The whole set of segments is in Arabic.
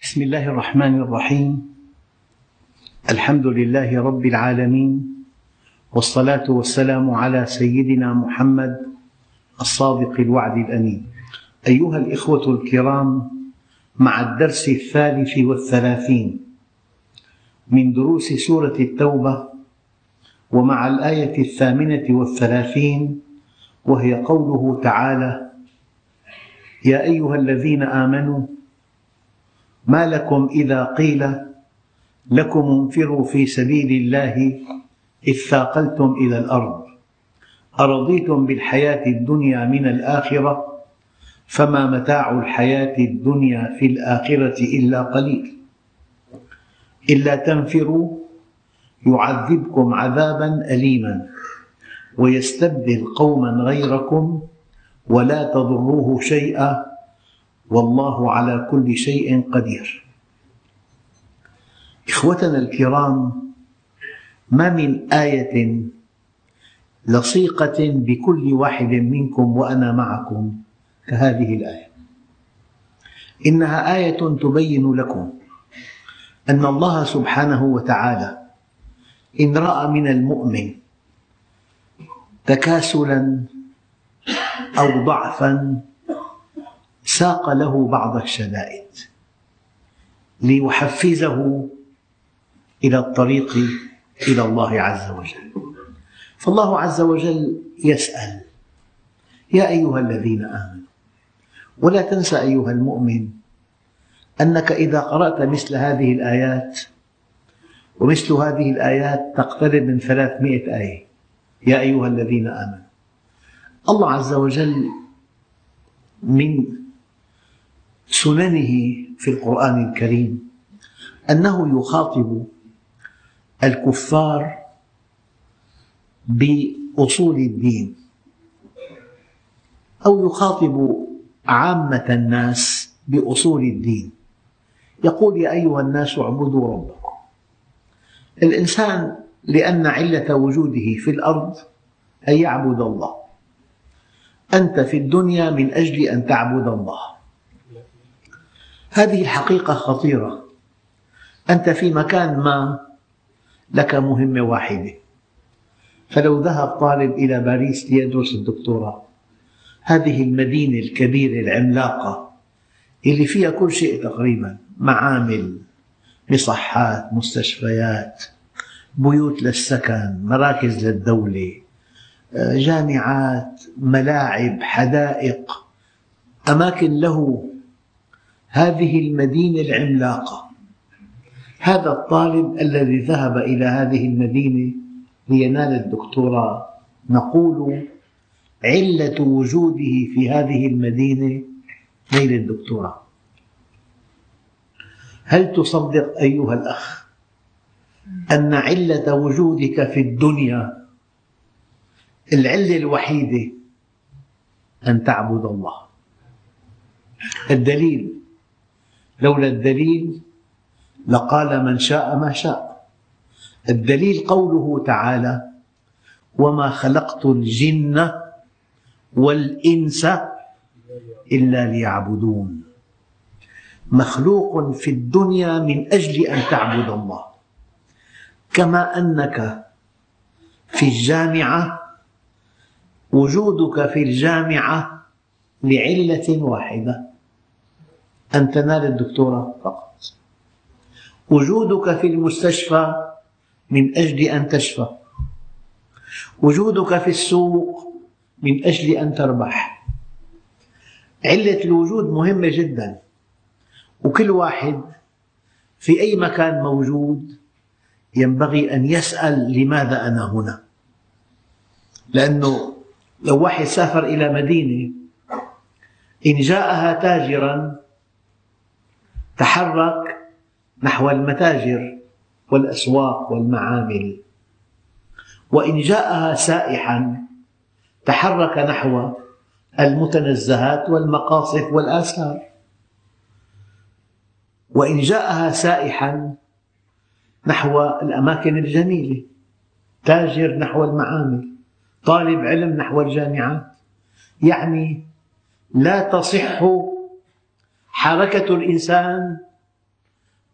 بسم الله الرحمن الرحيم. الحمد لله رب العالمين، والصلاة والسلام على سيدنا محمد الصادق الوعد الأمين. أيها الإخوة الكرام، مع الدرس 33 من دروس سورة التوبة، ومع الآية 38، وهي قوله تعالى: يا أيها الذين آمنوا ما لكم إذا قيل لكم انفروا في سبيل الله اثاقلتم إلى الأرض أرضيتم بالحياة الدنيا من الآخرة فما متاع الحياة الدنيا في الآخرة إلا قليل إلا تنفروا يعذبكم عذابا أليما ويستبدل قوما غيركم ولا تضروه شيئا والله على كل شيء قدير. إخوتنا الكرام، ما من آية لصيقة بكل واحد منكم وأنا معكم كهذه الآية. إنها آية تبين لكم أن الله سبحانه وتعالى إن رأى من المؤمن تكاسلا أو ضعفا ساق له بعض الشدائد ليحفزه إلى الطريق إلى الله عز وجل. فالله عز وجل يسأل: يا أيها الذين آمنوا. ولا تنسى أيها المؤمن أنك إذا قرأت مثل هذه الآيات، ومثل هذه الآيات تقترب من 300 آية، يا أيها الذين آمنوا، الله عز وجل من سننه في القرآن الكريم أنه يخاطب الكفار بأصول الدين، أو يخاطب عامة الناس بأصول الدين. يقول: يا أيها الناس اعبدوا ربكم. الإنسان لأن علة وجوده في الأرض أن يعبد الله. أنت في الدنيا من أجل أن تعبد الله. هذه الحقيقة خطيرة. أنت في مكان ما لك مهمة واحدة، فلو ذهب طالب إلى باريس ليدرس الدكتوراه، هذه المدينة الكبيرة العملاقة اللي فيها كل شيء تقريبا، معامل، مصحات، مستشفيات، بيوت للسكن، مراكز للدولة، جامعات، ملاعب، حدائق، أماكن له، هذه المدينة العملاقة. هذا الطالب الذي ذهب إلى هذه المدينة لينال الدكتوراه، نقول علة وجوده في هذه المدينة نيل الدكتوراه. هل تصدق أيها الأخ أن علة وجودك في الدنيا العلة الوحيدة أن تعبد الله؟ الدليل، لولا الدليل لقال من شاء ما شاء. الدليل قوله تعالى: وما خلقت الجن والإنس إلا ليعبدون. مخلوق في الدنيا من أجل أن تعبد الله، كما أنك في الجامعة وجودك في الجامعة لعلة واحدة، أن تنال الدكتوراه فقط. وجودك في المستشفى من أجل أن تشفى. وجودك في السوق من أجل أن تربح. علة الوجود مهمة جدا، وكل واحد في أي مكان موجود ينبغي أن يسأل: لماذا أنا هنا؟ لأنه لو واحد سافر إلى مدينة، إن جاءها تاجرا تحرك نحو المتاجر والأسواق والمعامل، وإن جاءها سائحا تحرك نحو المتنزهات والمقاصف والآثار، وإن جاءها سائحا نحو الأماكن الجميلة، تاجر نحو المعامل، طالب علم نحو الجامعات. يعني لا تصح حركة الإنسان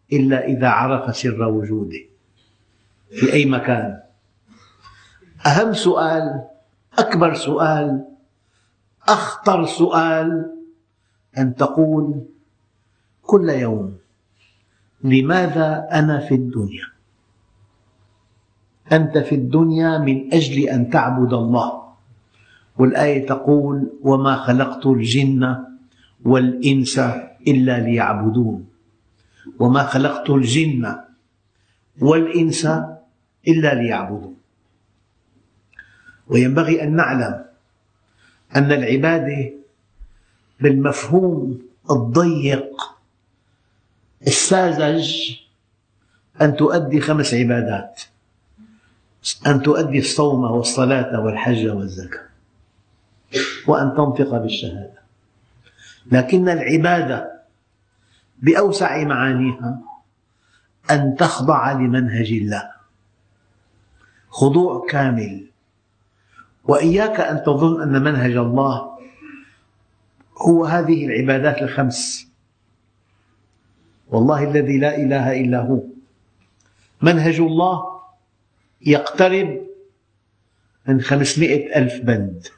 إلا إذا عرف سر وجوده في أي مكان. أهم سؤال، أكبر سؤال، أخطر سؤال، أن تقول كل يوم: لماذا أنا في الدنيا؟ أنت في الدنيا من أجل أن تعبد الله، والآية تقول: وما خلقت الجن والإنس إلا ليعبدون. وما خلقت الجن والإنس إلا ليعبدون. وينبغي أن نعلم أن العبادة بالمفهوم الضيق الساذج أن تؤدي 5 عبادات، أن تؤدي الصوم والصلاة والحج والزكاة، وأن تنطق بالشهادة. لكن العبادة بأوسع معانيها أن تخضع لمنهج الله خضوع كامل. وإياك أن تظن أن منهج الله هو هذه العبادات ال5. والله الذي لا إله إلا هو، منهج الله يقترب من 500,000 بند.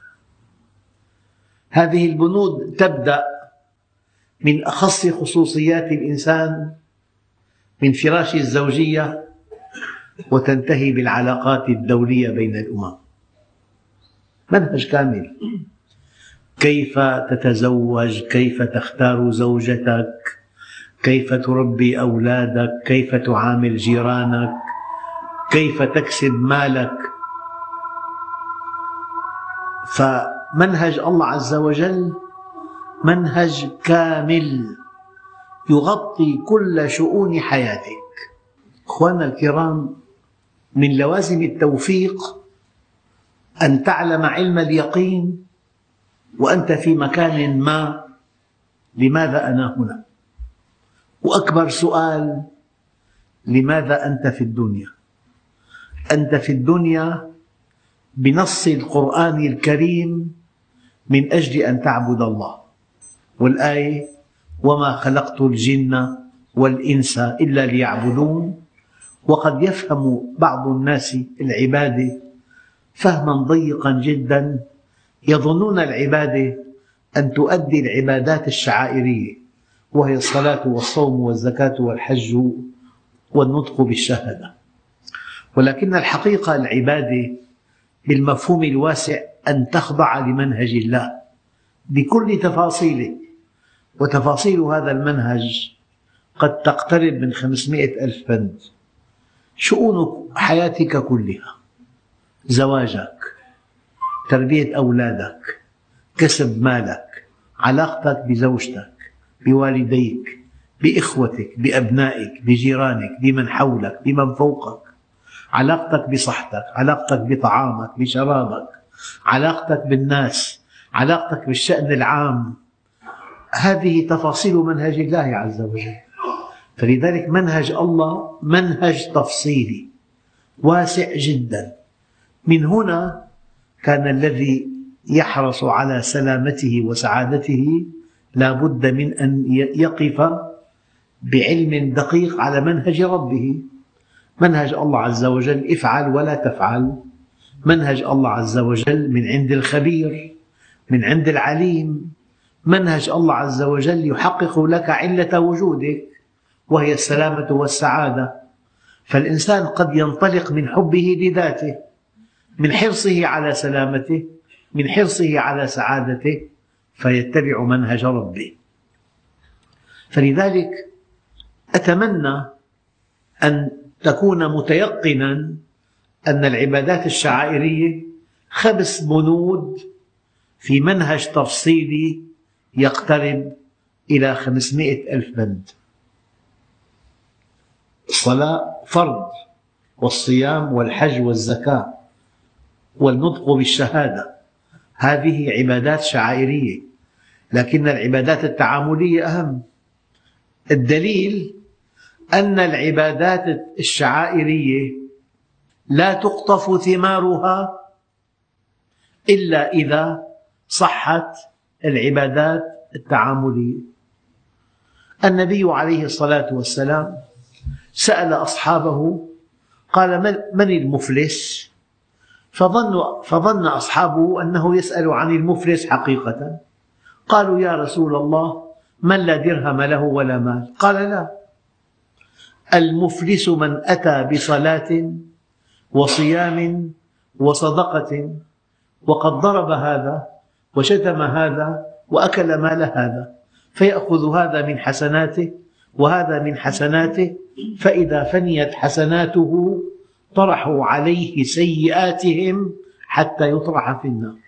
هذه البنود تبدأ من أخص خصوصيات الإنسان من فراش الزوجية وتنتهي بالعلاقات الدولية بين الأمم. منهج كامل: كيف تتزوج، كيف تختار زوجتك، كيف تربي أولادك، كيف تعامل جيرانك، كيف تكسب مالك. فمنهج الله عز وجل منهج كامل يغطي كل شؤون حياتك. أخواننا الكرام، من لوازم التوفيق أن تعلم علم اليقين وأنت في مكان ما: لماذا أنا هنا؟ وأكبر سؤال: لماذا أنت في الدنيا؟ أنت في الدنيا بنص القرآن الكريم من أجل أن تعبد الله، والآية: وما خلقت الجن والإنس إلا ليعبدون. وقد يفهم بعض الناس العبادة فهما ضيقا جدا، يظنون العبادة أن تؤدي العبادات الشعائرية، وهي الصلاة والصوم والزكاة والحج والنطق بالشهادة. ولكن الحقيقة العبادة بالمفهوم الواسع أن تخضع لمنهج الله بكل تفاصيله، وتفاصيل هذا المنهج قد تقترب من 500,000 بند. شؤون حياتك كلها: زواجك، تربية أولادك، كسب مالك، علاقتك بزوجتك، بوالديك، بإخوتك، بأبنائك، بجيرانك، بمن حولك، بمن فوقك، علاقتك بصحتك، علاقتك بطعامك، بشرابك، علاقتك بالناس، علاقتك بالشأن العام. هذه تفاصيل منهج الله عز وجل. فلذلك منهج الله منهج تفصيلي واسع جدا. من هنا كان الذي يحرص على سلامته وسعادته لا بد من أن يقف بعلم دقيق على منهج ربه. منهج الله عز وجل: افعل ولا تفعل. منهج الله عز وجل من عند الخبير، من عند العليم. منهج الله عز وجل يحقق لك علة وجودك، وهي السلامة والسعادة. فالإنسان قد ينطلق من حبه لذاته، من حرصه على سلامته، من حرصه على سعادته، فيتبع منهج ربه. فلذلك أتمنى أن تكون متيقنا أن العبادات الشعائرية 5 بنود في منهج تفصيلي يقترب إلى 500,000 بند. الصلاة فرض، والصيام والحج والزكاة والنطق بالشهادة، هذه عبادات شعائرية، لكن العبادات التعاملية أهم. الدليل أن العبادات الشعائرية لا تقطف ثمارها إلا إذا صحت العبادات التعاملية. النبي عليه الصلاة والسلام سأل أصحابه قال: من المفلس؟ فظن أصحابه أنه يسأل عن المفلس حقيقة. قالوا: يا رسول الله، من لا درهم له ولا مال. قال: لا، المفلس من أتى بصلاة وصيام وصدقة وقد ضرب هذا وشتم هذا وأكل مال هذا، فيأخذ هذا من حسناته وهذا من حسناته، فإذا فنيت حسناته طرحوا عليه سيئاتهم حتى يطرح في النار.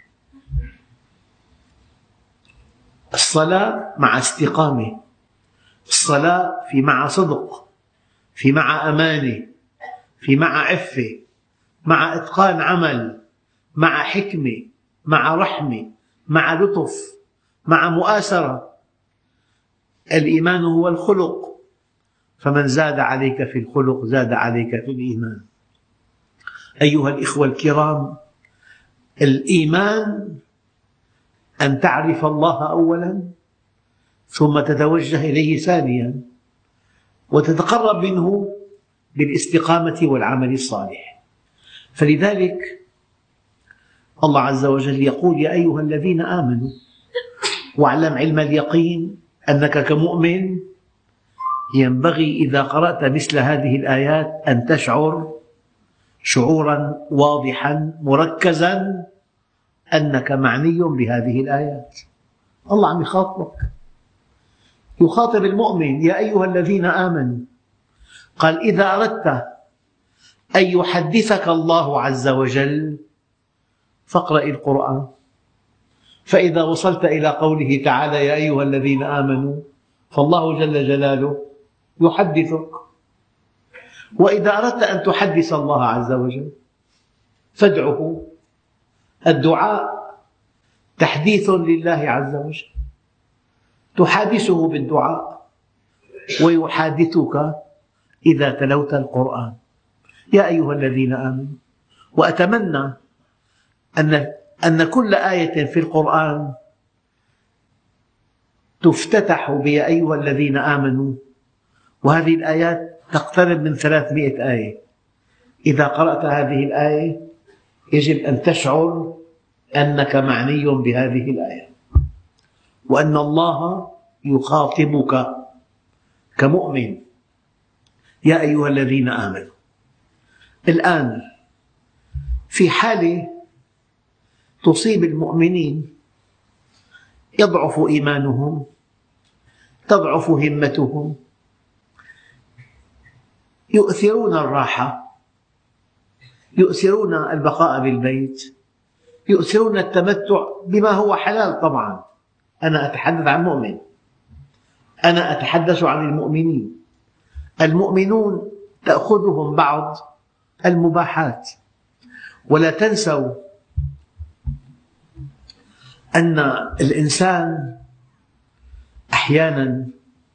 الصلاة مع استقامة، الصلاة في مع صدق، في مع أمانة، في مع عفة، مع إتقان عمل، مع حكمة، مع رحمة، مع لطف، مع مؤاسرة. الإيمان هو الخلق، فمن زاد عليك في الخلق زاد عليك في الإيمان. أيها الإخوة الكرام، الإيمان أن تعرف الله أولاً، ثم تتوجه إليه ثانياً، وتتقرب منه بالاستقامة والعمل الصالح. فلذلك الله عز وجل يقول: يا أيها الذين آمنوا. واعلم علم اليقين أنك كمؤمن ينبغي إذا قرأت مثل هذه الآيات أن تشعر شعوراً واضحاً مركزاً أنك معني بهذه الآيات. الله عم يخاطب المؤمن: يا أيها الذين آمنوا. قال: إذا أردت أن يحدثك الله عز وجل فاقرأ القرآن، فإذا وصلت إلى قوله تعالى: يا أيها الذين آمنوا، فالله جل جلاله يحدثك. وإذا أردت أن تحدث الله عز وجل فادعه. الدعاء تحديث لله عز وجل، تحادثه بالدعاء ويحادثك إذا تلوت القرآن. يا أيها الذين آمنوا. وأتمنى أن كل آية في القرآن تفتتح بيا أيها الذين آمنوا، وهذه الآيات تقترب من 300 آية. إذا قرأت هذه الآية يجب أن تشعر أنك معني بهذه الآية، وأن الله يخاطبك كمؤمن: يا أيها الذين آمنوا. الآن في حالة تصيب المؤمنين يضعف إيمانهم، تضعف همتهم، يؤثرون الراحة، يؤثرون البقاء بالبيت، يؤثرون التمتع بما هو حلال. طبعا أنا أتحدث عن مؤمن، أنا أتحدث عن المؤمنين. المؤمنون تأخذهم بعض المباحات، ولا تنسوا أن الإنسان أحياناً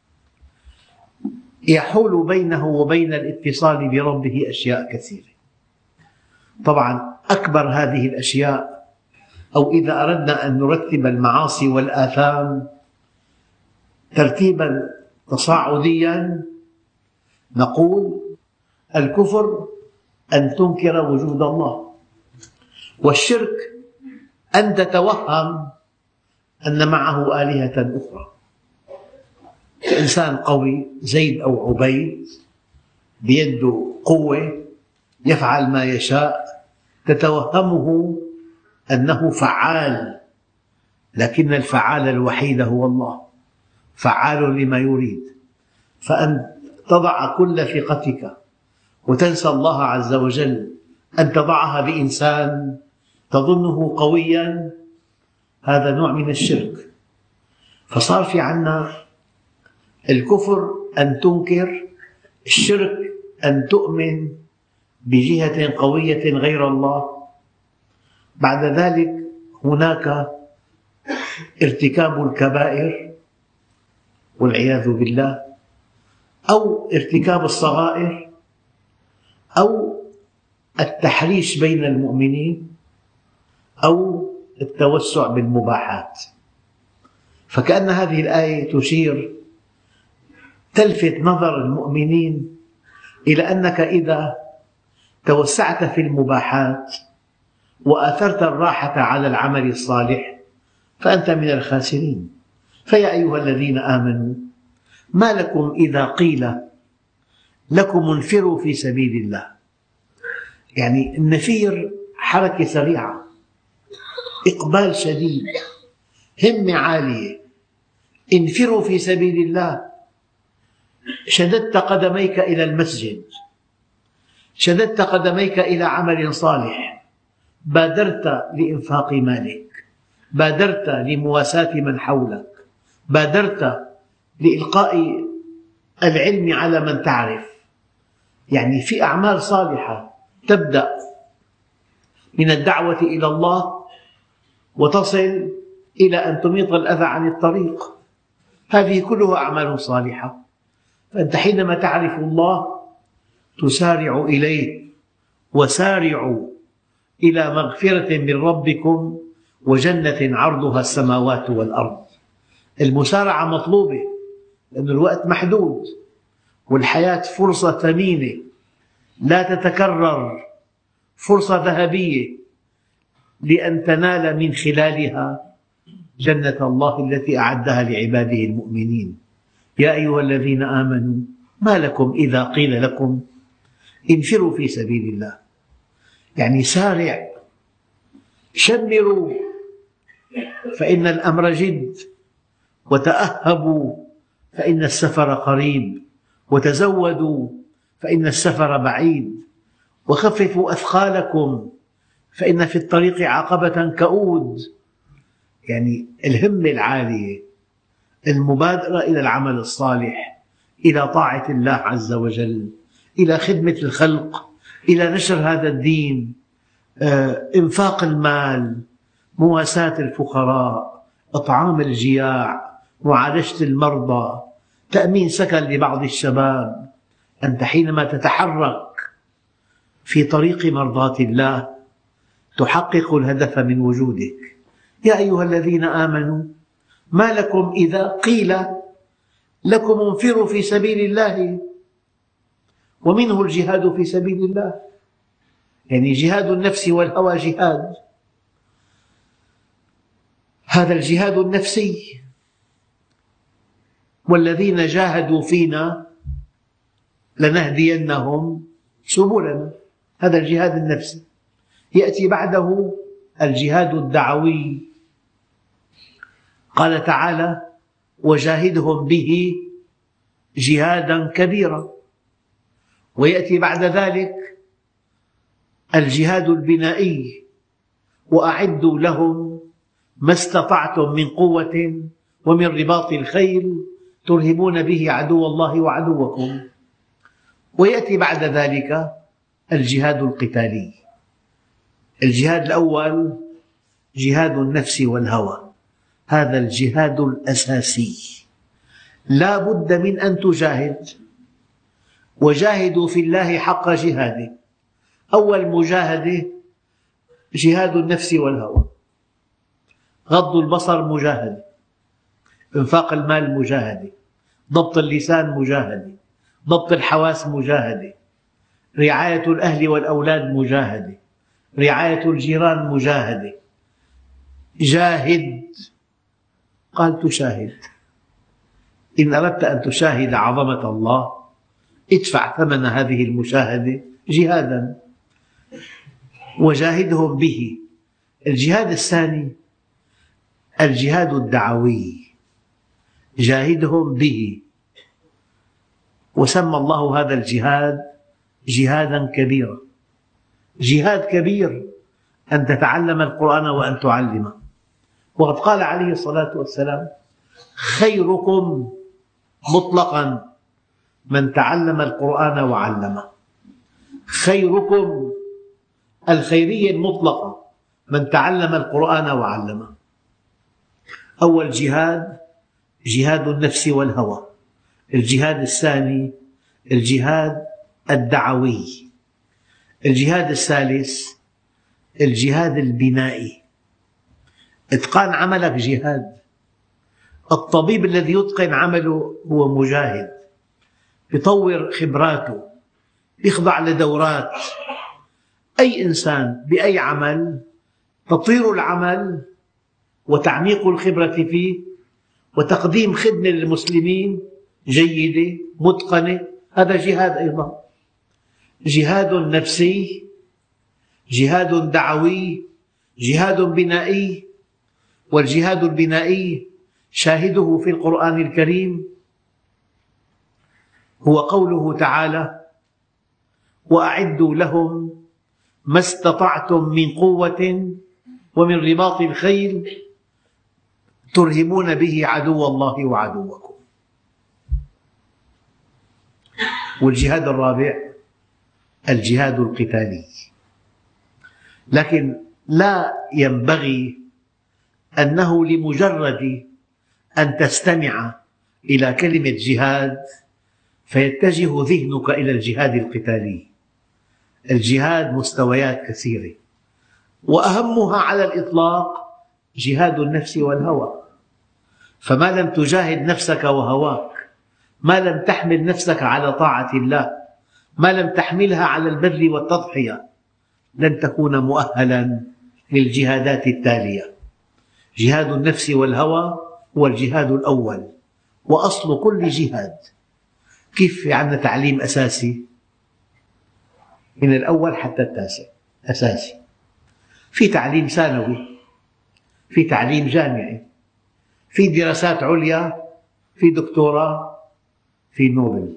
يحول بينه وبين الاتصال بربه أشياء كثيرة. طبعاً أكبر هذه الأشياء، أو إذا أردنا أن نرتب المعاصي والآثام ترتيباً تصاعدياً نقول: الكفر أن تنكر وجود الله، والشرك أن تتوهم أن معه آلهة أخرى. كإنسان قوي زيد أو عبيد بيده قوة يفعل ما يشاء، تتوهمه أنه فعال، لكن الفعال الوحيد هو الله، فعال لما يريد. فأن تضع كل ثقتك وتنسى الله عز وجل، أن تضعها بإنسان تظنه قوياً، هذا نوع من الشرك. فصار في عنا الكفر أن تنكر، الشرك أن تؤمن بجهة قوية غير الله. بعد ذلك هناك ارتكاب الكبائر والعياذ بالله، أو ارتكاب الصغائر، أو التحريش بين المؤمنين، أو التوسع بالمباحات. فكأن هذه الآية تشير، تلفت نظر المؤمنين إلى أنك إذا توسعت في المباحات وآثرت الراحة على العمل الصالح فأنت من الخاسرين. فيا أيها الذين آمنوا ما لكم إذا قيل لكم انفروا في سبيل الله، يعني النفير حركة سريعة، إقبال شديد، همة عالية. انفروا في سبيل الله، شددت قدميك إلى المسجد، شددت قدميك إلى عمل صالح، بادرت لإنفاق مالك، بادرت لمواساة من حولك، بادرت لإلقاء العلم على من تعرف. يعني في أعمال صالحة تبدأ من الدعوة إلى الله وتصل إلى أن تميط الأذى عن الطريق، هذه كلها أعمال صالحة. فأنت حينما تعرف الله تسارع إليه، وسارعوا إلى مغفرة من ربكم وجنة عرضها السماوات والأرض. المسارعة مطلوبة لأن الوقت محدود، والحياة فرصة ثمينة لا تتكرر، فرصة ذهبية لأن تنال من خلالها جنة الله التي أعدها لعباده المؤمنين. يا أيها الذين آمنوا ما لكم إذا قيل لكم انفروا في سبيل الله، يعني سارع، شمروا فإن الأمر جد، وتأهبوا فإن السفر قريب، وتزودوا فإن السفر بعيد، وخففوا أثقالكم فإن في الطريق عقبة كؤود. يعني الهمة العالية، المبادرة إلى العمل الصالح، إلى طاعة الله عز وجل، إلى خدمة الخلق، إلى نشر هذا الدين، إنفاق المال، مواساة الفقراء، إطعام الجياع، معالجة المرضى، تأمين سكن لبعض الشباب. أنت حينما تتحرك في طريق مرضاة الله تحقق الهدف من وجودك. يا أيها الذين آمنوا ما لكم إذا قيل لكم انفروا في سبيل الله، ومنه الجهاد في سبيل الله، يعني جهاد النفس والهوى جهاد. هذا الجهاد النفسي، والذين جاهدوا فينا لنهدينهم سبلنا، هذا الجهاد النفسي. يأتي بعده الجهاد الدعوي، قال تعالى وجاهدهم به جهادا كبيرا. ويأتي بعد ذلك الجهاد البنائي، وأعدوا لهم ما استطعتم من قوة ومن رباط الخيل ترهبون به عدو الله وعدوكم. ويأتي بعد ذلك الجهاد القتالي. الجهاد الأول جهاد النفس والهوى، هذا الجهاد الأساسي، لا بد من أن تجاهد، وجاهدوا في الله حق جهاده. أول مجاهدة جهاد النفس والهوى، غض البصر مجاهدة، إنفاق المال مجاهدة، ضبط اللسان مجاهدة، ضبط الحواس مجاهدة، رعاية الأهل والأولاد مجاهدة، رعاية الجيران مجاهدة. جاهد، قال تشاهد. إن أردت أن تشاهد عظمة الله ادفع ثمن هذه المشاهدة جهادا، وجاهدهم به. الجهاد الثاني الجهاد الدعوي، جاهدهم به، وسمى الله هذا الجهاد جهادا كبيرا. جهاد كبير أن تتعلم القرآن وأن تعلمه. وقد قال عليه الصلاة والسلام خيركم مطلقا من تعلم القرآن وعلمه. خيركم، الخيرية المطلقة، من تعلم القرآن وعلمه. أول جهاد جهاد النفس والهوى، الجهاد الثاني الجهاد الدعوي، الجهاد الثالث الجهاد البنائي. إتقان عملك جهاد. الطبيب الذي يتقن عمله هو مجاهد، يطور خبراته، يخضع لدورات. أي إنسان بأي عمل، تطوير العمل وتعميق الخبرة فيه وتقديم خدمة للمسلمين جيدة متقنة، هذا جهاد أيضا، جهاد نفسي، جهاد دعوي، جهاد بنائي. والجهاد البنائي شاهده في القرآن الكريم هو قوله تعالى: وأعدوا لهم ما استطعتم من قوة ومن رباط الخيل ترهبون به عدو الله وعدوكم. والجهاد الرابع الجهاد القتالي. لكن لا ينبغي أنه لمجرد أن تستمع إلى كلمة جهاد فيتجه ذهنك إلى الجهاد القتالي. الجهاد مستويات كثيرة، وأهمها على الإطلاق جهاد النفس والهوى. فما لم تجاهد نفسك وهواك، ما لم تحمل نفسك على طاعة الله، ما لم تحملها على البذل والتضحية، لن تكون مؤهلا للجهادات التالية. جهاد النفس والهوى هو الجهاد الأول وأصل كل جهاد. كيف في عندنا تعليم أساسي من الأول حتى التاسع أساسي، في تعليم ثانوي، في تعليم جامعي، في دراسات عليا، في دكتوراه، في نوبل.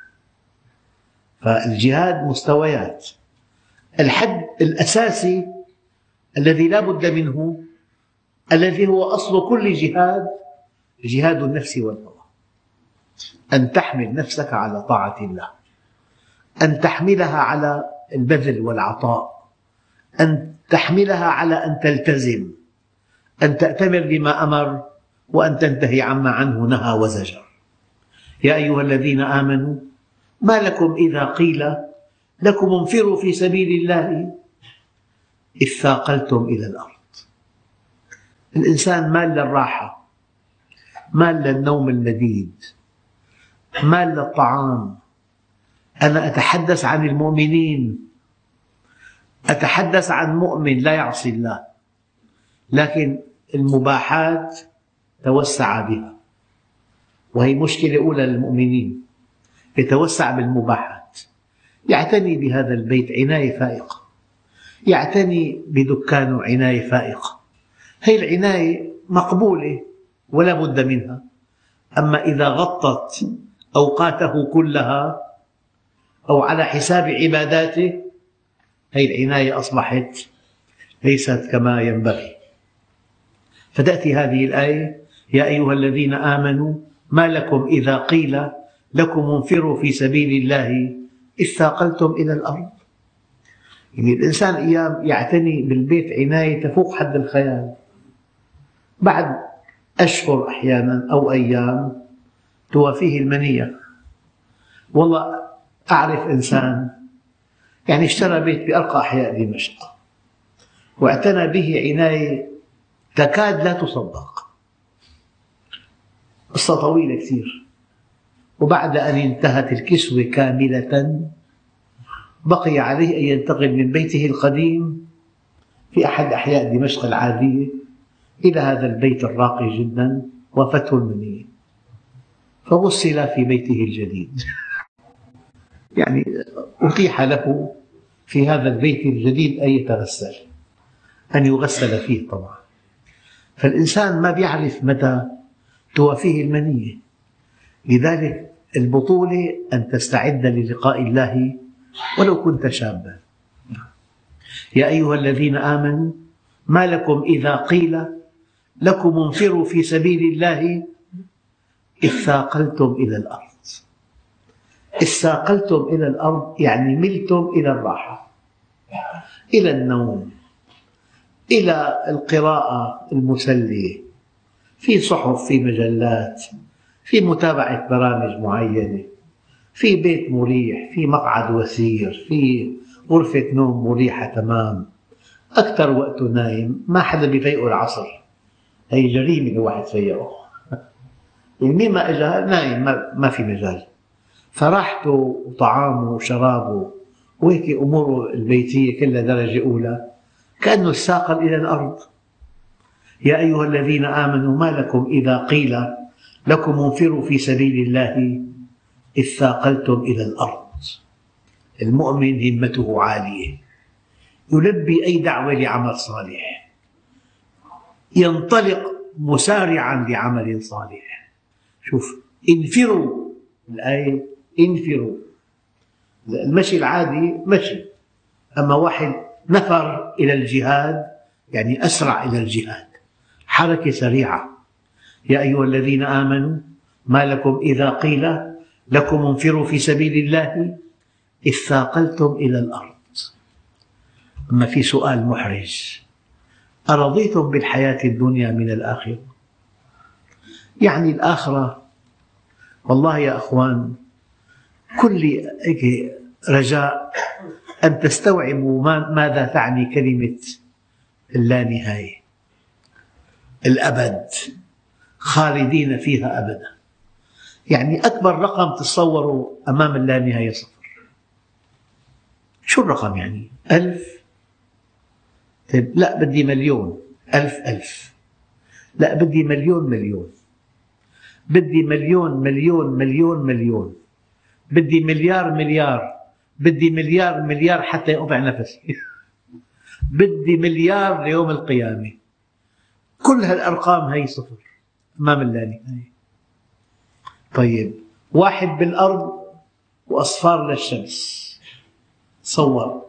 فالجهاد مستويات. الحد الأساسي الذي لا بد منه، الذي هو أصل كل جهاد، جهاد النفس والهوى. أن تحمل نفسك على طاعة الله، أن تحملها على البذل والعطاء، أن تحملها على أن تلتزم، أن تأتمر بما أمر وأن تنتهي عما عنه نهى وزجر. يا أيها الذين آمنوا ما لكم إذا قيل لكم انفروا في سبيل الله اثاقلتم إلى الأرض. الإنسان مال للراحة، مال للنوم المديد، مال للطعام. أنا أتحدث عن المؤمنين، أتحدث عن مؤمن لا يعصي الله، لكن المباحات توسع بها، وهي مشكلة أولى للمؤمنين. يتوسع بالمباحات، يعتني بهذا البيت عناية فائقة، يعتني بدكانه عناية فائقة. هذه العناية مقبولة ولا بد منها. أما إذا غطت أوقاته كلها أو على حساب عباداته، هذه العناية أصبحت ليست كما ينبغي. فتأتي هذه الآية: يا أيها الذين آمنوا ما لكم إذا قيل لكم انفروا في سبيل الله اثاقلتم إلى الأرض. يعني الإنسان أيام يعتني بالبيت عناية تفوق حد الخيال، بعد أشهر أحيانا أو أيام توافيه المنية. والله أعرف إنسان يعني اشترى بيت بأرقى أحياء دمشق واعتنى به عناية تكاد لا تصدق، قصة طويلة كثير. وبعد أن انتهت الكسوة كاملة بقي عليه أن ينتقل من بيته القديم في أحد أحياء دمشق العادية إلى هذا البيت الراقي جدا، وافته المنية فغسل في بيته الجديد. يعني أتيح له في هذا البيت الجديد أن يتغسل، أن يغسل فيه طبعا. فالإنسان ما يعرف متى توافيه المنية. لذلك البطولة أن تستعد للقاء الله ولو كنت شابا. يا أيها الذين آمنوا ما لكم إذا قيل لكم انفروا في سبيل الله اثاقلتم إلى الأرض. اثاقلتم إلى الأرض يعني ملتم إلى الراحة، إلى النوم، إلى القراءة المسلية، في صحف، في مجلات، في متابعة برامج معينة، في بيت مريح، في مقعد وثير، في غرفة نوم مريحة تمام. أكثر وقته نايم، ما حدا بيفيقه العصر، هي جريمة الواحد فيقه. يعني مين ما إجا نايم، ما في مجال. فراحته وطعامه وشرابه وهيك أموره البيتية كلها درجة أولى، كأنه استاقل إلى الأرض. يا أيها الذين آمنوا ما لكم إذا قيل لكم انفروا في سبيل الله اثاقلتم إلى الأرض. المؤمن همته عالية، يلبي أي دعوة لعمل صالح، ينطلق مسارعا لعمل صالح. شوف، انفروا، الآية انفروا. المشي العادي مشي، أما واحد نفر إلى الجهاد يعني أسرع إلى الجهاد، حركة سريعة. يا أيها الذين آمنوا ما لكم إذا قيل لكم انفروا في سبيل الله اثاقلتم إلى الأرض. أما في سؤال محرج: أرضيتم بالحياة الدنيا من الآخرة؟ يعني الآخرة، والله يا أخوان كل رجاء أن تستوعبوا ماذا تعني كلمة اللانهاية، الأبد، خالدين فيها أبدا. يعني أكبر رقم تتصوروا أمام اللانهاية صفر. شو الرقم يعني؟ 1000؟ طيب لا، بدي مليون. 1000 لا، بدي مليون. بدي مليون. بدي مليار. بدي مليار حتى يقطع نفسي. بدي مليار ليوم القيامة. كل هالأرقام هي صفر أمام اللانهاية. طيب، واحد بالأرض وأصفار للشمس، تصور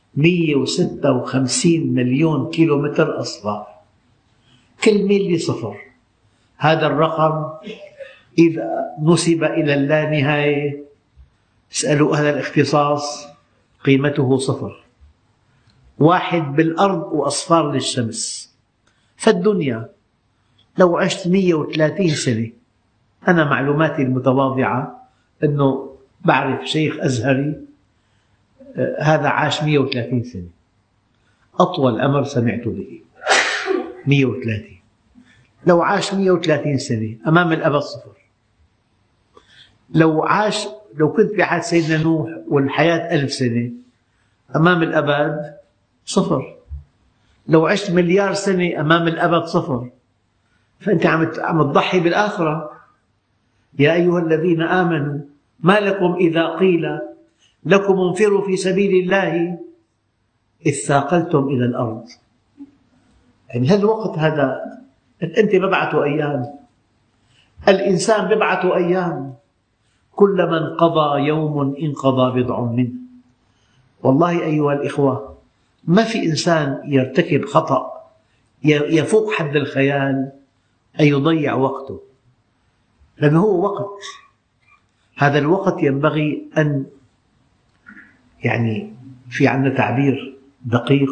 156 مليون كيلومتر أصفار، كل ميل صفر. هذا الرقم إذا نسب إلى اللانهاية، اسألوا أهل الاختصاص، قيمته صفر. واحد بالأرض وأصفار للشمس. فالدنيا لو عشت 130 سنة، أنا معلوماتي المتواضعة أنه بعرف شيخ أزهري هذا عاش 130 سنة، أطول أمر سمعت به 130. لو عاش 130 سنة أمام الأبد صفر. لو كنت بحياة سيدنا نوح والحياة 1000 سنة أمام الأبد صفر. لو عشت مليار سنة أمام الأبد صفر. فأنت عم تضحي بالآخرة. يا أيها الذين آمنوا ما لكم إذا قيل لكم انفروا في سبيل الله اثاقلتم إلى الأرض. يعني هذا الوقت، هذا أنت ببعث أيام، الإنسان ببعث أيام، كلما انقضى يوم انقضى بضع منه. والله أيها الإخوة، ما في إنسان يرتكب خطأ يفوق حد الخيال أن يضيع وقته، لأنه هو وقت. هذا الوقت ينبغي أن، يعني في عندنا تعبير دقيق،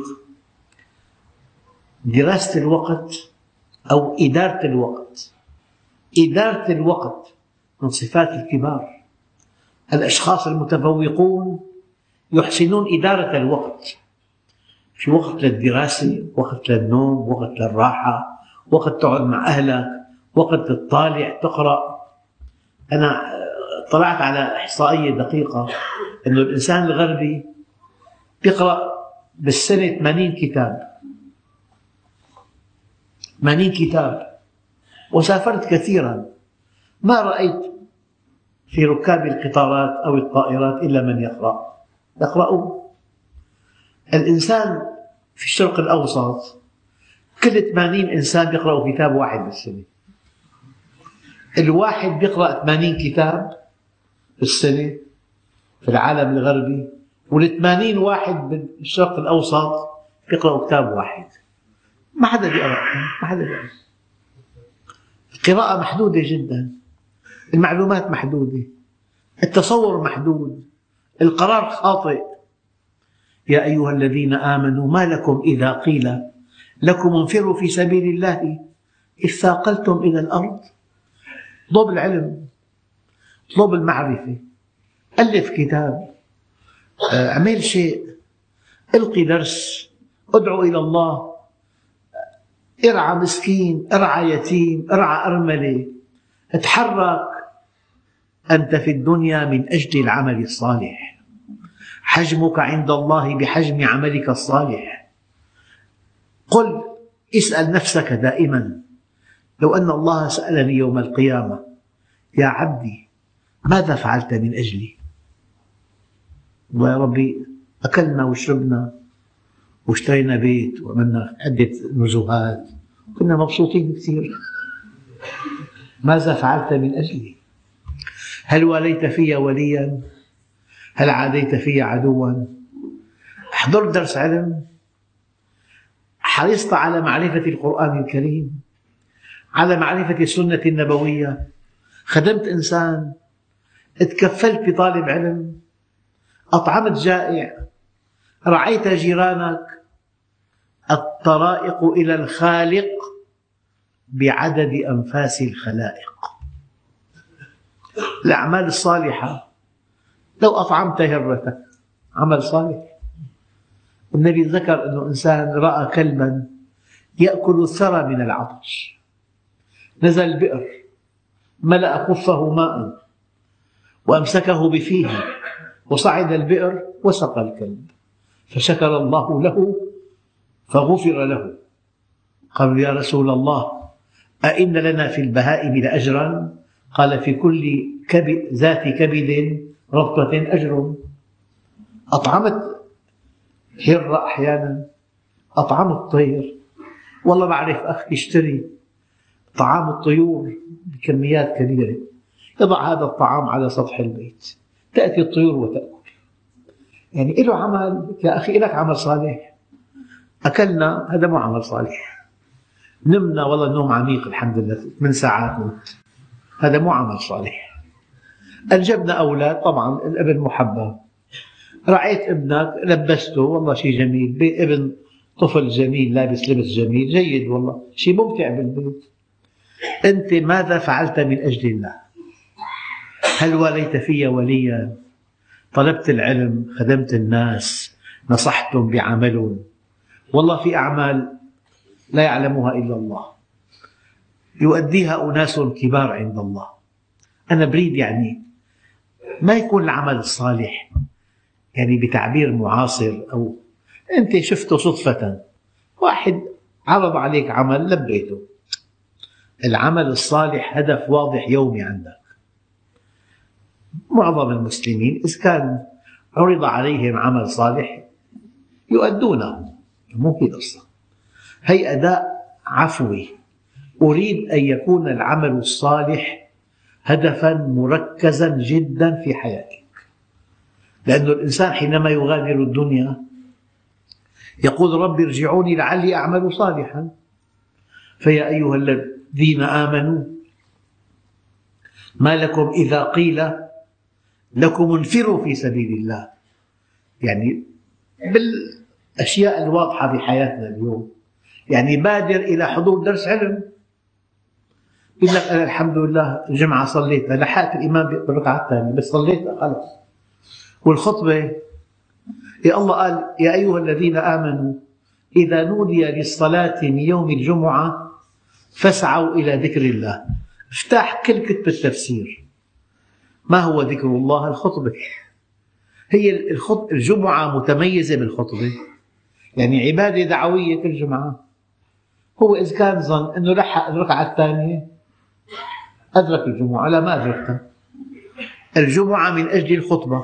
دراسة الوقت أو إدارة الوقت. إدارة الوقت من صفات الكبار. الأشخاص المتفوقون يحسنون إدارة الوقت. في وقت للدراسة، وقت للنوم، وقت للراحة، وقت تقعد مع أهلك، وقت تطالع تقرأ. أنا طلعت على إحصائية دقيقة أن الإنسان الغربي يقرأ بالسنة 80 كتاب. 80 كتاب. وسافرت كثيرا، ما رأيت في ركاب القطارات أو الطائرات إلا من يقرأون. الإنسان في الشرق الأوسط كل 80 إنسان يقرأ كتاب واحد بالسنة. الواحد يقرأ 80 كتاب بالسنة في العالم الغربي، وال80 واحد بالشرق الأوسط يقرأوا كتاب واحد. ما حدا بيقرأ. القراءة محدودة جدا، المعلومات محدودة، التصور محدود، القرار خاطئ. يا أيها الذين آمنوا ما لكم إذا قيل لكم انفروا في سبيل الله اثاقلتم إلى الأرض. اطلب العلم، اطلب المعرفة، ألف كتاب، اعمل شيء، القي درس، ادعو إلى الله، ارعى مسكين، ارعى يتيم، ارعى أرملة، اتحرك، أنت في الدنيا من أجل العمل الصالح، حجمك عند الله بحجم عملك الصالح. قل اسأل نفسك دائما، لو أن الله سألني يوم القيامة: يا عبدي ماذا فعلت من أجلي؟ ويا ربي أكلنا وشربنا واشترينا بيت وعملنا عدة نزهات، كنا مبسوطين كثير. ماذا فعلت من أجلي؟ هل واليت في وليا؟ هل عاديت في عدوا؟ حضرت درس علم؟ حرصت على معرفة القرآن الكريم، على معرفة السنة النبوية؟ خدمت إنسان؟ تكفلت بطالب علم؟ أطعمت جائع؟ رعيت جيرانك؟ الطرائق إلى الخالق بعدد أنفاس الخلائق. الأعمال الصالحة، لو أطعمت هرتك عمل صالح. النبي ذكر أن إنسان رأى كلبا يأكل الثرى من العطش، نزل البئر ملأ خفه ماء وأمسكه بفيه وصعد البئر وسقى الكلب، فشكر الله له فغفر له. قالوا: يا رسول الله، أئن لنا في البهائم لأجرا؟ قال: في كل ذات كبد رطبة أجر. أطعمت هرة أحيانا، أطعمت طير. والله بعرف أخ يشتري طعام الطيور بكميات كبيرة، يضع هذا الطعام على سطح البيت، تأتي الطيور وتأكل. يعني له عمل. يا أخي لك عمل صالح. أكلنا، هذا مو عمل صالح. نمنا، والله نوم عميق الحمد لله 8 ساعات نمت، هذا مو عمل صالح. أنجبنا أولاد، طبعا الابن محبب، رعيت ابنك لبسته، والله شيء جميل، ابن طفل جميل لابس لبس جميل جيد، والله شيء ممتع بالبيت. أنت ماذا فعلت من أجل الله؟ هل واليت في وليا؟ طلبت العلم؟ خدمت الناس؟ نصحتم بعمل؟ والله في أعمال لا يعلمها إلا الله، يؤديها أناس كبار عند الله. أنا بريد يعني ما يكون العمل الصالح يعني بتعبير معاصر، أو أنت شفته صدفة، واحد عرض عليك عمل لبيته. العمل الصالح هدف واضح يومي عندك. معظم المسلمين إذا كان عرض عليهم عمل صالح يؤدونه، مو هي القصة. هي أداء عفوي. أريد أن يكون العمل الصالح هدفا مركزا جدا في حياتك، لأن الإنسان حينما يغادر الدنيا يقول: رب ارجعوني لعلي أعمل صالحا. فيا أيها الذين آمنوا ما لكم إذا قيل لكم انفروا في سبيل الله. يعني بالأشياء الواضحة في حياتنا اليوم، يعني بادر إلى حضور درس علم. يقول لك: أنا الحمد لله الجمعة صليتها، لحقت الإمام بالركعة الثانية بس صليتها خلاص. والخطبة يا الله قال: يا أيها الذين آمنوا إذا نودي للصلاة من يوم الجمعة فاسعوا إلى ذكر الله. افتح كل كتب التفسير، ما هو ذكر الله؟ الخطبة. هي الجمعة متميزة بالخطبة، يعني عبادة دعوية في الجمعة. هو إذا كان ظن أنه لحق الركعة الثانية أدرك الجمعة، لا ما أدركتها. الجمعة من أجل الخطبة،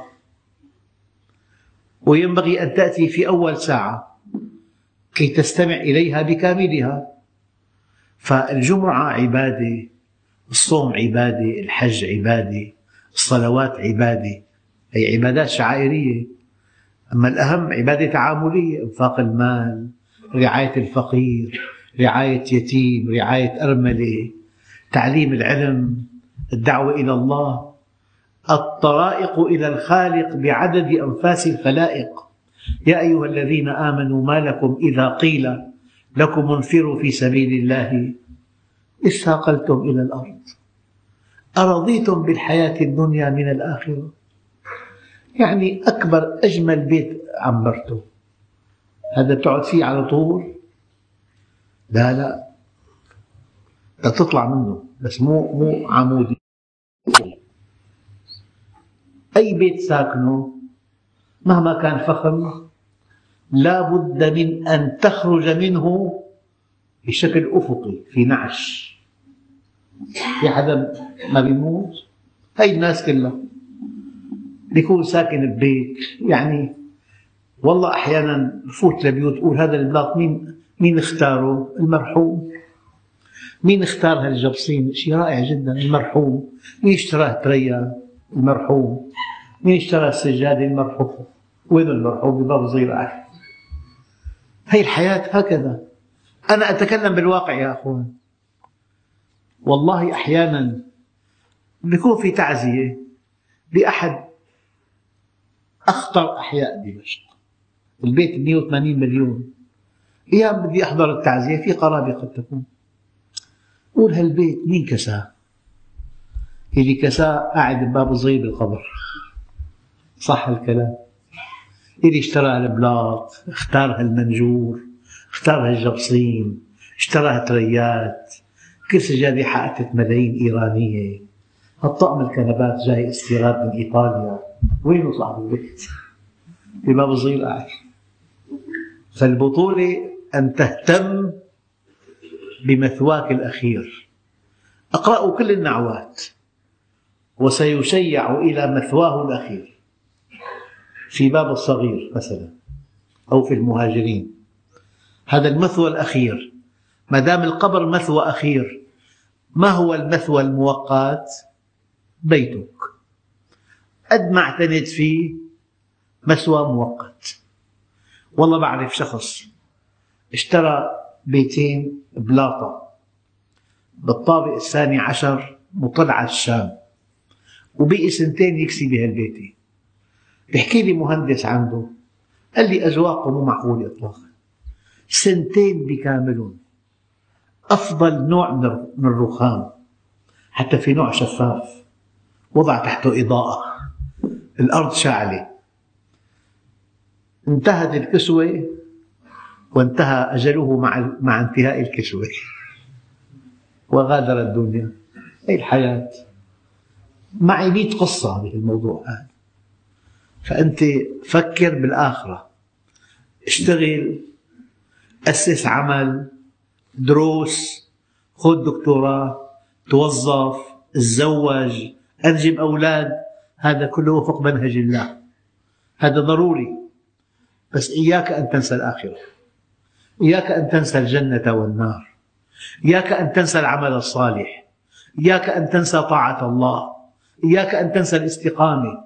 وينبغي أن تأتي في أول ساعة كي تستمع إليها بكاملها. فالجمعة عبادة، الصوم عبادة، الحج عبادة، الصلوات عبادة، هي عبادات شعائرية. أما الأهم عبادة تعاملية: إنفاق المال، رعاية الفقير، رعاية يتيم، رعاية أرملة، تعليم العلم، الدعوة إلى الله. الطرائق إلى الخالق بعدد أنفاس الخلائق. يا أيها الذين آمنوا ما لكم إذا قيل لكم انفروا في سبيل الله اثاقلتم إلى الأرض أرضيتم بالحياة الدنيا من الآخرة. يعني أكبر أجمل بيت عمرته، هذا تقعد فيه على طول؟ لا لا، تطلع منه بس مو عمودي. أي بيت ساكنه مهما كان فخم لا بد من أن تخرج منه بشكل أفقي في نعش. في حدا ما بيموت؟ هاي الناس كلها بيكون ساكن ببيت، يعني والله أحيانا بفوت لبيوت أقول هذا البلاط مين اختاره؟ المرحوم. مين اختار هالجبصين؟ شيء رائع جدا، المرحوم. مين اشتراه تريا؟ المرحوم. مين اشترى السجادة؟ المرحوم. وين المرحوم؟ بباب صغير. هي الحياة هكذا. أنا أتكلم بالواقع يا أخوان. والله أحيانا بيكون في تعزية لأحد أخطر أحياء دمشق، البيت 180 مليون. أيام بدي أحضر التعزية في قرابة قد تكون، قول هالبيت مين كساه؟ اللي كساه قاعد بباب صغير بالقبر. صح الكلام؟ اللي اشترى هالبلاط، اختار هالمنجور، اختار هالجبصين، اشترى هالتريات، كل سجادة حققت ملايين إيرانية، هالطقم الكنبات جاي استيراد من إيطاليا. وينه صاحب البيت؟ بباب صغير قاعد. فالبطولة أن تهتم بمثواك الأخير. اقرأوا كل النعوات: وسيشيع إلى مثواه الأخير، في باب الصغير مثلا، أو في المهاجرين. هذا المثوى الأخير. ما دام القبر مثوى أخير، ما هو المثوى المؤقت؟ بيتك. قد ما اعتنت فيه مثوى مؤقت. والله بعرف شخص اشترى بيتين بلاطة بالطابق الثاني عشر مطل على الشام، وبقي سنتين يكسي بهالبيتين. بيحكي لي مهندس عنده، قال لي أذواقه مو معقولة إطلاقا، سنتين بكاملهم. أفضل نوع من الرخام، حتى في نوع شفاف وضع تحته إضاءة، الأرض شاعلة. انتهت الكسوة وانتهى أجله مع انتهاء الكسوة، وغادر الدنيا. هي الحياة. معي 100 قصة بهالموضوع هذا. فأنت فكر بالآخرة، اشتغل، أسس عمل، دروس، خذ دكتوراه، توظف، تزوج، أنجب أولاد. هذا كله وفق منهج الله، هذا ضروري. بس إياك أن تنسى الآخرة، إياك أن تنسى الجنة والنار، إياك أن تنسى العمل الصالح، إياك أن تنسى طاعة الله، إياك أن تنسى الاستقامة.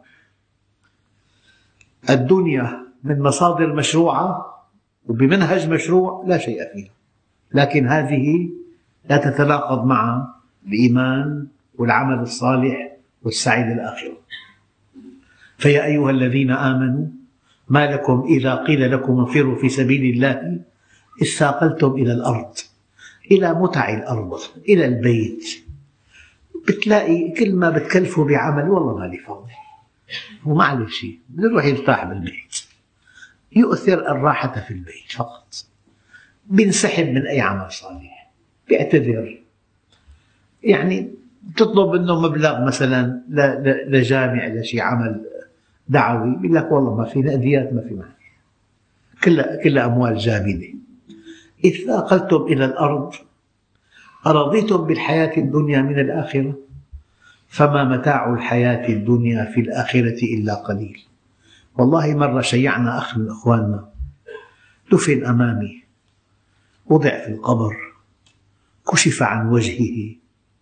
الدنيا من مصادر مشروعة وبمنهج مشروع لا شيء فيها، لكن هذه لا تتناقض مع الإيمان والعمل الصالح والسعي للآخرة. فيا أيها الذين آمنوا ما لكم إذا قيل لكم انفروا في سبيل الله اثاقلتم إلى الأرض، إلى متع الأرض، إلى البيت. بتلاقي كل ما بتكلفه بعمل، والله مالي فاضي، ومعلش بده يروح يرتاح بالبيت، يؤثر الراحة في البيت فقط، بينسحب من أي عمل صالح، بيعتذر. يعني تطلب منه مبلغ مثلا لجامع، لشي عمل دعوي، بيقول لك والله ما في نقديات، ما في معي، كلها أموال جامدة. إذ ثاقلتم إلى الأرض أرضيتم بالحياة الدنيا من الآخرة، فما متاع الحياة الدنيا في الآخرة إلا قليل. والله مرة شيعنا أخ من أخواننا، دفن أمامي، وضع في القبر، كشف عن وجهه،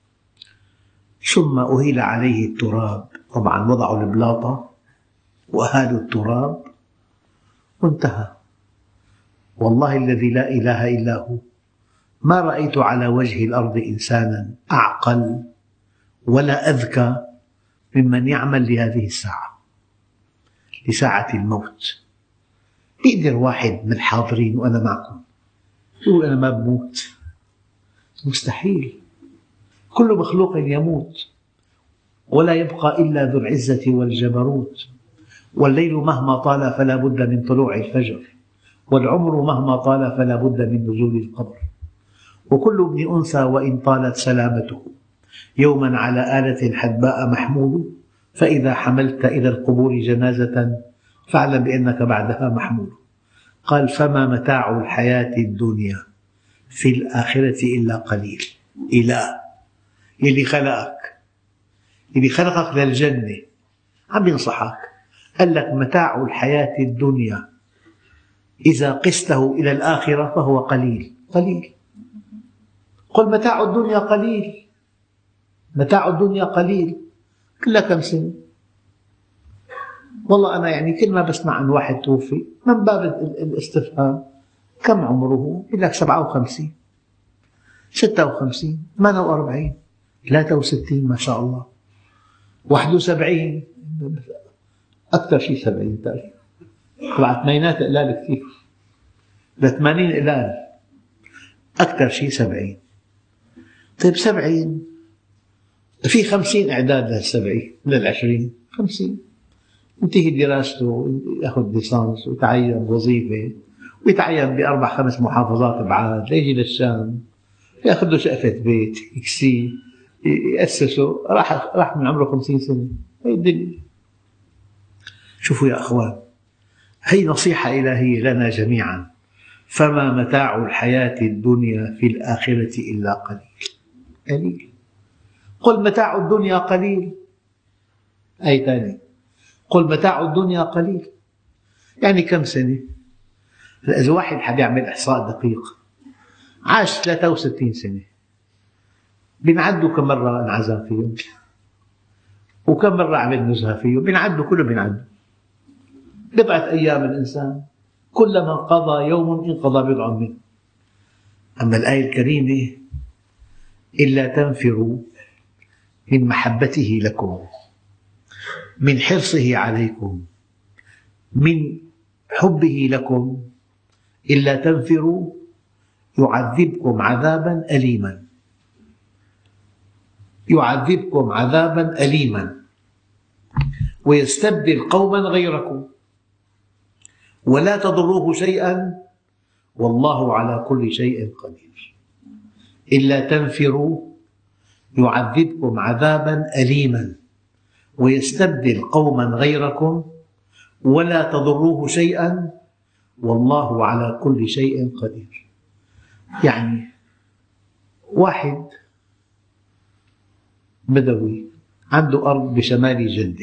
ثم أهيل عليه التراب. طبعا وضعوا البلاطة وأهالوا التراب وانتهى. والله الذي لا إله إلا هو ما رأيت على وجه الأرض إنسانا أعقل ولا أذكى ممن يعمل لهذه الساعة، لساعة الموت. بيقدر واحد من الحاضرين وأنا معكم يقول أنا ما بموت؟ مستحيل. كل مخلوق يموت، ولا يبقى إلا ذو العزة والجبروت. والليل مهما طال فلا بد من طلوع الفجر، والعمر مهما طال فلا بد من نزول القبر. وكل ابن أنثى وإن طالت سلامته يوما على آلة حدباء محمول، فإذا حملت إلى القبور جنازة فاعلم بأنك بعدها محمول. قال فما متاع الحياة الدنيا في الآخرة إلا قليل. إله يلي خلقك للجنة عم ينصحك، قال لك متاع الحياة الدنيا إذا قسته إلى الآخرة فهو قليل. قل متاع الدنيا قليل، متاع الدنيا قليل. كلها كم سنة؟ والله أنا كل ما بسمع عن واحد توفي من باب الاستفهام كم عمره؟ يقول لك 57 56 48 63 ما شاء الله 71 أكثر شيء 70 تقريبا. طبعا الثمانينات قلال كثير، ل80 قلال، أكثر شيء 70. طيب 70 في 50 إعداد لل70 لل20 50 ينتهي دراسته، يأخذ ليسانس ويتعين وظيفة ويتعين بأربع 5 محافظات بعاد، ليجي للشام يأخذ له شقفة بيت يكسيه يأسسه، راح من عمره 50 سنة. هي الدنيا. شوفوا يا أخوان، هي نصيحة إلهية لنا جميعا. فما متاع الحياة الدنيا في الآخرة إلا قليل. قل متاع الدنيا قليل. أي ثاني، قل متاع الدنيا قليل يعني كم سنة؟ إذا واحد حاب يعمل إحصاء دقيق عاش 63 سنة، بنعدوا كم مرة انعزم فيهم وكم مرة عمل نزهة فيهم، بنعدوا كله بنعدوا. بضعة أيام الإنسان كلما قضى يوم انقضى بضع منه. أما الآية الكريمة إلا تنفروا من محبته لكم، من حرصه عليكم، من حبه لكم، إلا تنفروا يعذبكم عذابا أليما. يعذبكم عذابا أليما ويستبدل قوما غيركم ولا تضروه شيئا والله على كل شيء قدير. إلا تنفروا يعذبكم عذابا أليما ويستبدل قوما غيركم ولا تضروه شيئا والله على كل شيء قدير. يعني واحد بدوي عنده أرض بشمال جدة،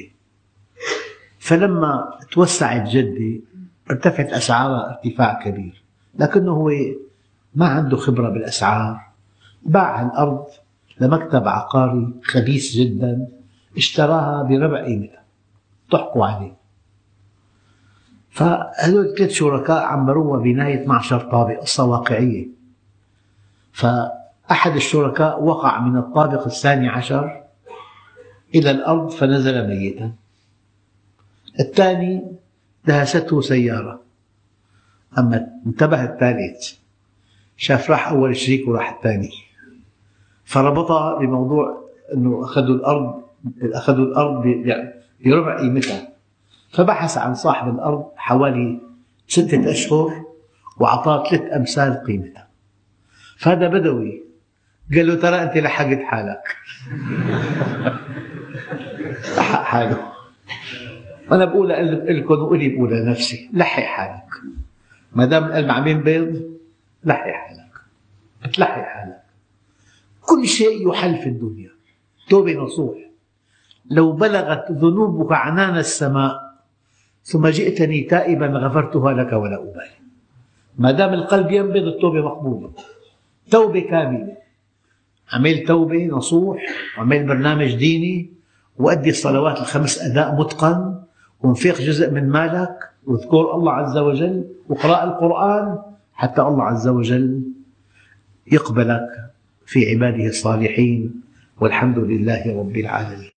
فلما توسعت جدة ارتفعت أسعارها ارتفاع كبير، لكنه هو ما عنده خبرة بالأسعار، باع الأرض لمكتب عقاري خبيث جدا اشتراها بربع قيمتها، ضحكوا عليه. فهذول 3 شركاء عمروها بناية 12 طابق، قصة واقعية. فأحد الشركاء وقع من الطابق 12 إلى الأرض فنزل ميتا، الثاني دهسته سيارة، أما انتبه الثالث شاف راح أول شريك وراح الثاني، فربطها بموضوع أنه أخذوا الأرض بربع قيمتها. فبحث عن صاحب الأرض حوالي 6 أشهر وأعطاه 3 أمثال قيمتها. فهذا بدوي قال له ترى أنت لحقت حالك. لحق حاله. أنا بقول لكم وقولي بقول لنفسي لحق حالك، ما دام القلب عم ينبض لحق حالك، تلحق حالك. كل شيء يحل في الدنيا. توبة نصوح. لو بلغت ذنوبك عنان السماء ثم جئتني تائبا غفرتها لك ولا أبالي. ما دام القلب ينبض التوبة مقبولة. توبة كاملة، عمل توبة نصوح وعمل برنامج ديني وأدي الصلوات ال5 أداء متقن وانفق جزء من مالك واذكر الله عز وجل وقراء القرآن حتى الله عز وجل يقبلك في عباده الصالحين، والحمد لله رب العالمين.